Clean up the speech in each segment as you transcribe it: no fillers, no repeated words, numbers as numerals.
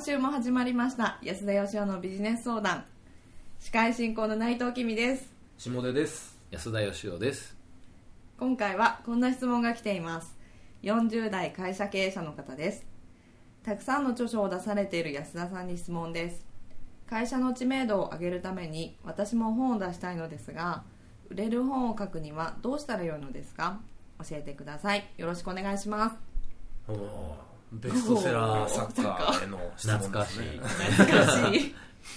今週も始まりました安田義雄のビジネス相談。司会進行の内藤君です。 下出です。 安田義雄です。 今回はこんな質問が来ています。40代会社経営者の方です。たくさんの著書を出されている安田さんに質問です。会社の知名度を上げるために私も本を出したいのですが、売れる本を書くにはどうしたらよいのですか？教えてください。よろしくお願いします。 ベストセラー作家への質問ですね。 懐かしい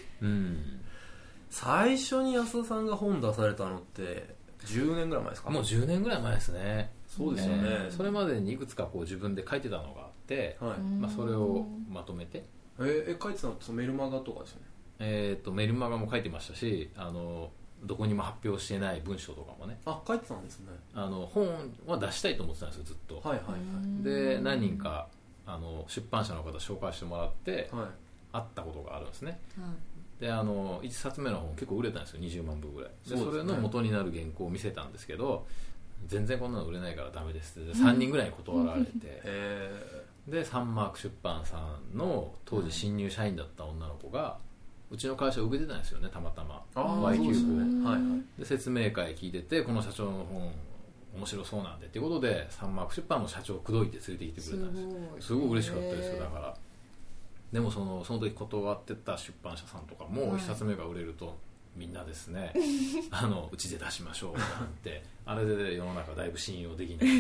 最初に安田さんが本出されたのって10年ぐらい前ですか？ もう10年ぐらい前ですね。 そうですよね。 それまでにいくつかこう自分で書いてたのがあって、 はい、 それをまとめて書いてたのってメルマガとかですよね。 メルマガも書いてましたし、どこにも発表してない文章とかもね。 書いてたんですね。 本は出したいと思ってたんですよ、ずっと。 はいはいはい。 で何人か出版社の方紹介してもらって、 はい、 会ったことがあるんですね。で1冊目の本結構売れたんですよ、20万部ぐらいで、それの元になる原稿を見せたんですけど、全然こんなの売れないからダメですって3人ぐらいに断られてでサンマーク出版さんの当時新入社員だった女の子がうちの会社を受けてたんですよね、たまたま Y キューブを、はいはい、で説明会聞いてて、この社長の本面白そうなんでっていうことでサンマーク出版の社長を口説いて連れてきてくれたんですよ。すごい嬉しかったですよ。だからでもその時断ってた出版社さんとかも1冊目が売れるとみんなですねうちで出しましょうなんてあれで世の中だいぶ信用できない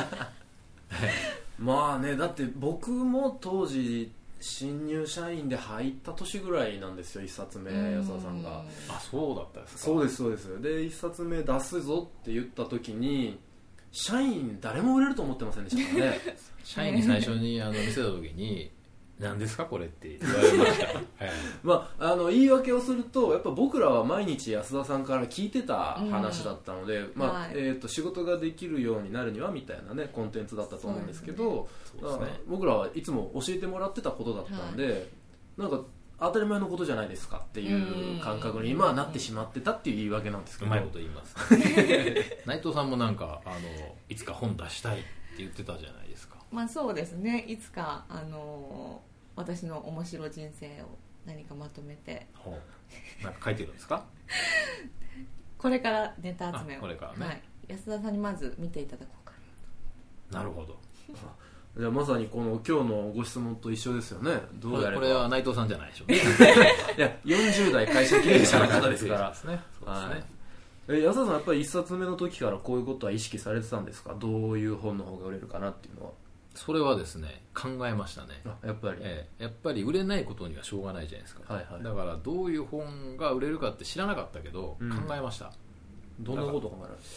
まあね、だって僕も当時新入社員で入った年ぐらいなんですよ、1冊目安田さんが。 そうだったですか。 そうですそうです。で1冊目出すぞって言った時に社員誰も売れると思ってませんでしたからね社員に最初に見せた時に何ですかこれって言われました、 言い訳をするとやっぱ僕らは毎日安田さんから聞いてた話だったので、仕事ができるようになるにはみたいなねコンテンツだったと思うんですけど、僕らはいつも教えてもらってたことだったんで、なんか当たり前のことじゃないですかっていう感覚に今はなってしまってたっていう言い訳なんですけど。 うまいこと言います内藤さんもなんかいつか本出したいって言ってたじゃないですか。 そうですね、いつか私の面白人生を何かまとめてなんか書いてるんですかこれからネタ集めを、 これからね、 はい、安田さんにまず見ていただこうかな。なるほどじゃあまさにこの今日のご質問と一緒ですよね。どうやればこれは内藤さんじゃないでしょういや40代会社経営者の方ですからそうですね。 安田さんやっぱり1冊目の時からこういうことは意識されてたんですか？どういう本の方が売れるかなっていうのは。 それはですね、考えましたね。 やっぱり売れないことにはしょうがないじゃないですか、 はいはい、 だからどういう本が売れるかって知らなかったけど、考えました。 どんなことを考えられる？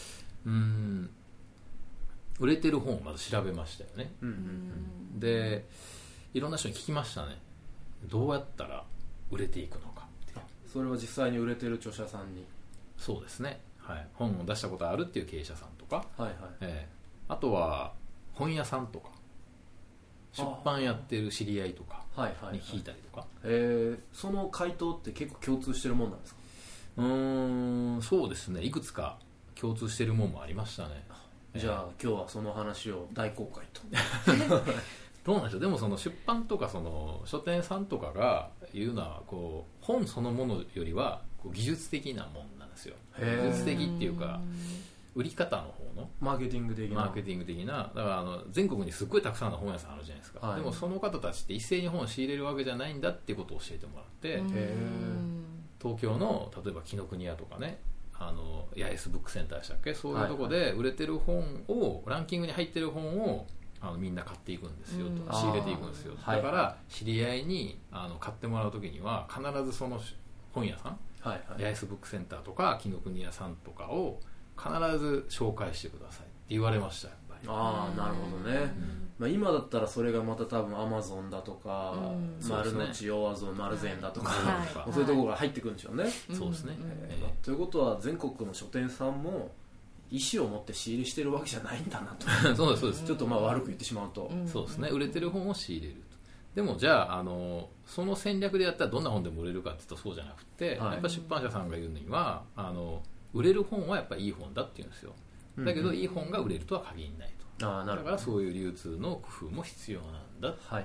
売れてる本をまず調べましたよね、でいろんな人に聞きましたね。どうやったら売れていくのかって。 それは実際に売れてる著者さんに。 そうですね、はい、本を出したことあるっていう経営者さんとか、 はいはい、 あとは本屋さんとか出版やってる知り合いとかに聞いたりとか、 その回答って結構共通してるもんなんですか？ そうですね、いくつか共通してるもんもありましたね。 じゃあ今日はその話を大公開とどうなんでしょう。でもその出版とかその書店さんとかが言うのはこう本そのものよりはこう技術的なもんなんですよ。技術的っていうか売り方の方のマーケティング的な。だから全国にすっごいたくさんの本屋さんあるじゃないですか、はい、でもその方たちって一斉に本を仕入れるわけじゃないんだっていうことを教えてもらって、東京の例えば紀ノ国屋とかね、八重洲ブックセンターでしたっけ、そういうところで売れてる本を、ランキングに入ってる本をみんな買っていくんですよと、仕入れていくんですよ。だから知り合いに買ってもらうときには必ずその本屋さん、八重洲ブックセンターとか紀ノ国屋さんとかを必ず紹介してくださいって言われました。やっぱりなるほどね、今だったらそれがまた多分アマゾンだとか、丸の内ヨアゾン丸善だとか、そういうところが入ってくるんでしょうね。 そうですね、 ということは全国の書店さんも意思を持って仕入れしてるわけじゃないんだなとそうです。ちょっと悪く言ってしまうと、 そうですね、売れてる本を仕入れると。でもじゃあ、その戦略でやったらどんな本でも売れるかっていうとそうじゃなくて、やっぱ出版社さんが言うには売れる本はやっぱりいい本だって言うんですよ。だけどいい本が売れるとは限らないと。だからそういう流通の工夫も必要なんだ、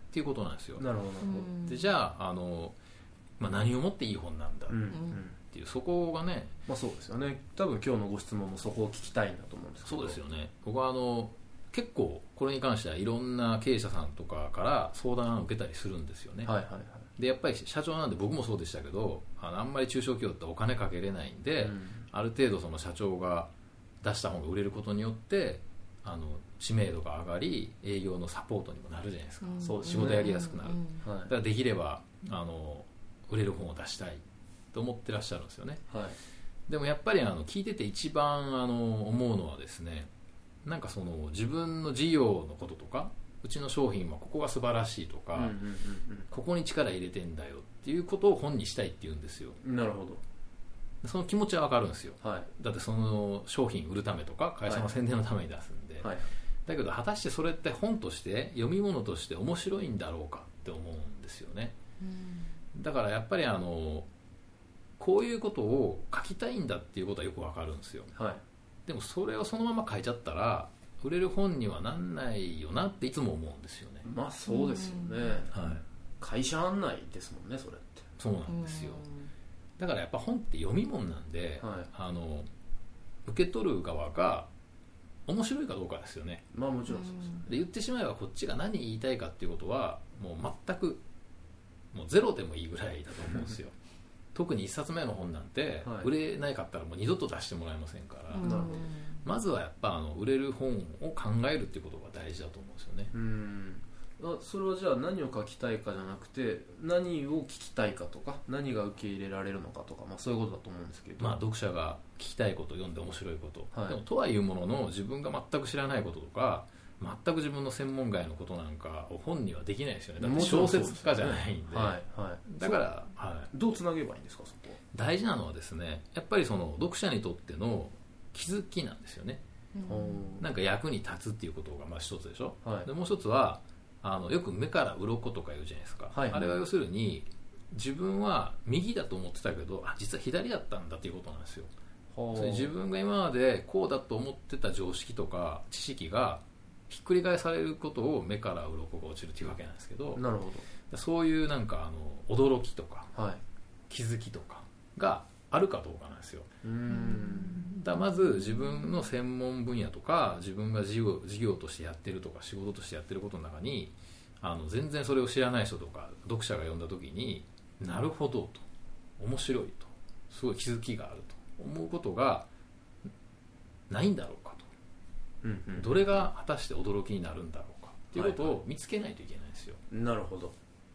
っていうことなんですよ。 なるほど。 でじゃあ、何をもっていい本なんだっていう、そこがね、 そうですよね。多分今日のご質問もそこを聞きたいんだと思うんですけど。 そうですよね。僕は結構これに関してはいろんな経営者さんとかから相談を受けたりするんですよね。でやっぱり社長なんで、僕もそうでしたけど、あんまり中小企業ってお金かけれないんで、ある程度その社長が出した本が売れることによって知名度が上がり、営業のサポートにもなるじゃないですか。そう、仕事やりやすくなる。だからできれば売れる本を出したいと思ってらっしゃるんですよね。でもやっぱり聞いてて一番思うのはですね、なんかその自分の事業のこととか、うちの商品はここが素晴らしいとか、ここに力入れてんだよっていうことを本にしたいって言うんですよ。 なるほど。 その気持ちは分かるんですよ。だってその商品売るためとか会社の宣伝のために出すんで、だけど果たしてそれって本として読み物として面白いんだろうかって思うんですよね。だからやっぱりこういうことを書きたいんだっていうことはよく分かるんですよ。でもそれをそのまま書いちゃったら売れる本にはなんないよなっていつも思うんですよね。 そうですよね。会社案内ですもんね、それって。 そうなんですよ。だからやっぱ本って読み物なんで、受け取る側が面白いかどうかですよね。 もちろんそうです。 で言ってしまえばこっちが何言いたいかっていうことはもう全くもうゼロでもいいぐらいだと思うんですよ。特に1冊目の本なんて、売れないかったらもう二度と出してもらえませんから、まずはやっぱ売れる本を考えるっていうことが大事だと思うんですよね。 それはじゃあ何を書きたいかじゃなくて、何を聞きたいかとか、何が受け入れられるのかとか、そういうことだと思うんですけど、 読者が聞きたいこと、読んで面白いこと、でもとはいうものの自分が全く知らないこととか、全く自分の専門外のことなんかを本にはできないですよね。だって小説家じゃないんで。だから、 どうつなげばいいんですか、そこ。 大事なのはですね、やっぱりその読者にとっての気づきなんですよね。なんか役に立つっていうことが一つでしょ。でもう一つはよく目から鱗とか言うじゃないですか。あれは要するに自分は右だと思ってたけど、実は左だったんだっていうことなんですよ。それ自分が今までこうだと思ってた常識とか知識がひっくり返されることを目から鱗が落ちるというわけなんですけど、 なるほど。そういうなんか驚きとか、気づきとかがあるかどうかなんですよ。だまず自分の専門分野とか、自分が事業としてやってるとか仕事としてやってることの中に全然それを知らない人とか読者が読んだ時に、なるほどと、面白いと、すごい気づきがあると思うことがないんだろうかと、どれが果たして驚きになるんだろうかっていうことを見つけないといけないんですよ。 なるほど。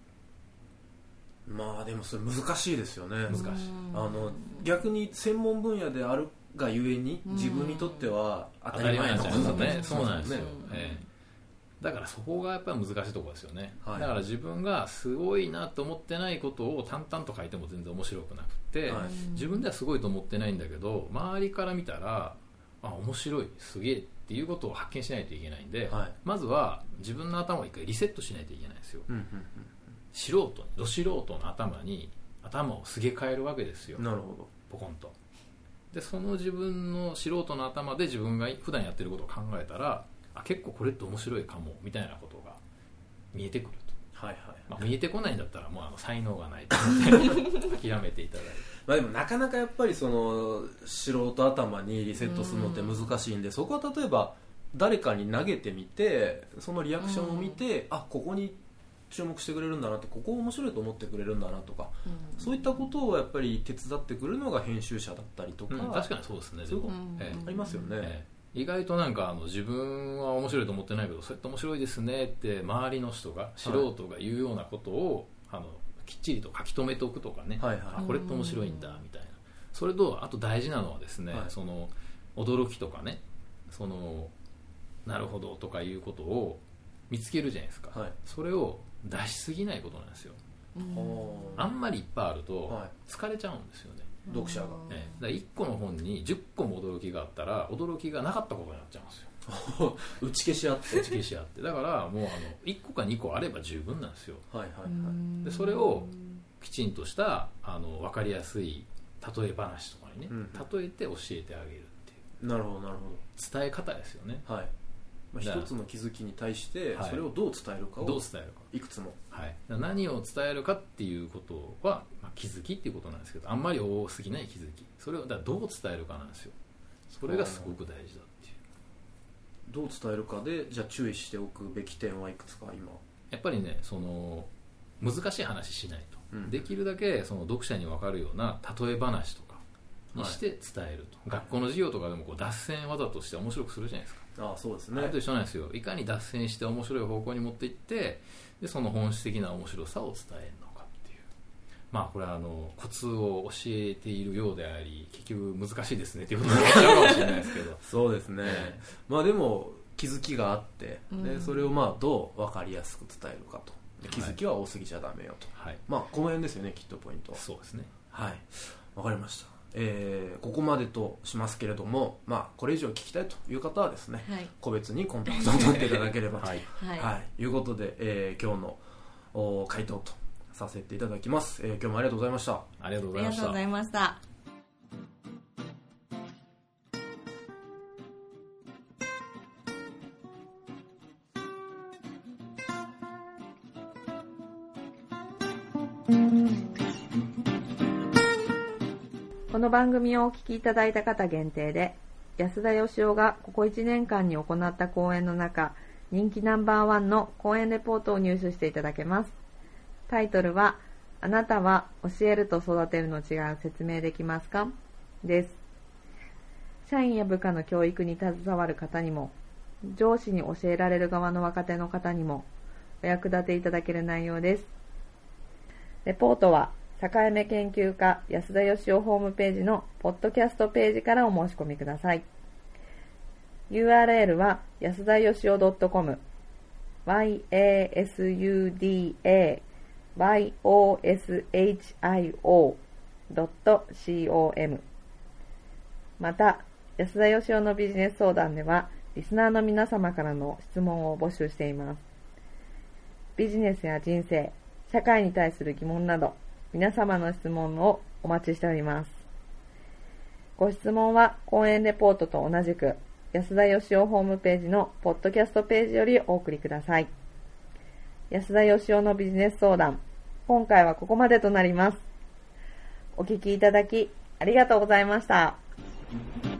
でもそれ難しいですよね。 難しい。 逆に専門分野であるがゆえに自分にとっては当たり前なことだね。 そうなんですよ。だからそこがやっぱり難しいところですよね。だから自分がすごいなと思ってないことを淡々と書いても全然面白くなくて、自分ではすごいと思ってないんだけど、周りから見たら面白い、すげえっていうことを発見しないといけないんで、まずは自分の頭を一回リセットしないといけないんですよ。ど素人の頭に頭をすげ替えるわけですよ。 なるほど。 ポコンと。でその自分の素人の頭で自分が普段やってることを考えたら、結構これって面白いかもみたいなことが見えてくると。見えてこないんだったらもう才能がないと諦めていただいてでもなかなかやっぱりその素人頭にリセットするのって難しいんで、そこは例えば誰かに投げてみて、そのリアクションを見て、ここに注目してくれるんだなって、ここ面白いと思ってくれるんだなとか、そういったことをやっぱり手伝ってくるのが編集者だったりとか、 確かにそうですね。 そういうことありますよね。 意外となんか自分は面白いと思ってないけど、それって面白いですねって周りの人が、素人が言うようなことをきっちりと書き留めておくとかね、これって面白いんだみたいな。それとあと大事なのはですね、その驚きとかね、そのなるほどとかいうことを見つけるじゃないですか。それを出しすぎないことなんですよ。あんまりいっぱいあると疲れちゃうんですよね、 読者が。 だから1個の本に10個も驚きがあったら、驚きがなかったことになっちゃうんですよ。 打ち消し合ってだからもう1個か2個あれば十分なんですよ。 でそれをきちんとした分かりやすい例え話とかにね、例えて教えてあげるっていう。 なるほど伝え方ですよね。 一つの気づきに対してそれをどう伝えるかをいくつも、 はい、何を伝えるかっていうことは、気づきっていうことなんですけど、あんまり多すぎない気づき、それをだどう伝えるかなんですよ。それがすごく大事だっていう。 どう伝えるかで、じゃあ注意しておくべき点はいくつか今やっぱりね、難しい話しないと、できるだけその読者に分かるような例え話とかにして伝えると、学校の授業とかでも脱線わざとして面白くするじゃないですか。 そうですね。 あれと一緒なんですよ。いかに脱線して面白い方向に持っていって、でその本質的な面白さを伝えるのかっていう、これはコツを教えているようであり、結局難しいですねっていうことになっちゃうかもしれないですけどそうですね、でも気づきがあって、でそれをどう分かりやすく伝えるかと、気づきは多すぎちゃダメよと、この辺ですよね、きっとポイントは。 そうですね。 はい、分かりました。ここまでとしますけれども、これ以上聞きたいという方はですね、個別にコンタクトを取っていただければと、いうことで、今日の回答とさせていただきます。今日もありがとうございました。 ありがとうございました。 この番組をお聞きいただいた方限定で、安田義雄がここ1年間に行った講演の中、人気ナンバー1の講演レポートを入手していただけます。タイトルは、あなたは教えると育てるの違いを説明できますか？です。社員や部下の教育に携わる方にも、上司に教えられる側の若手の方にも、お役立ていただける内容です。レポートは、境目研究家安田義雄ホームページのポッドキャストページからお申し込みください。URL は安田義雄 .com yasudayoshio.com また、安田義雄のビジネス相談ではリスナーの皆様からの質問を募集しています。ビジネスや人生、社会に対する疑問など皆様の質問をお待ちしております。ご質問は講演レポートと同じく安田義雄ホームページのポッドキャストページよりお送りください。安田義雄のビジネス相談、今回はここまでとなります。お聞きいただきありがとうございました。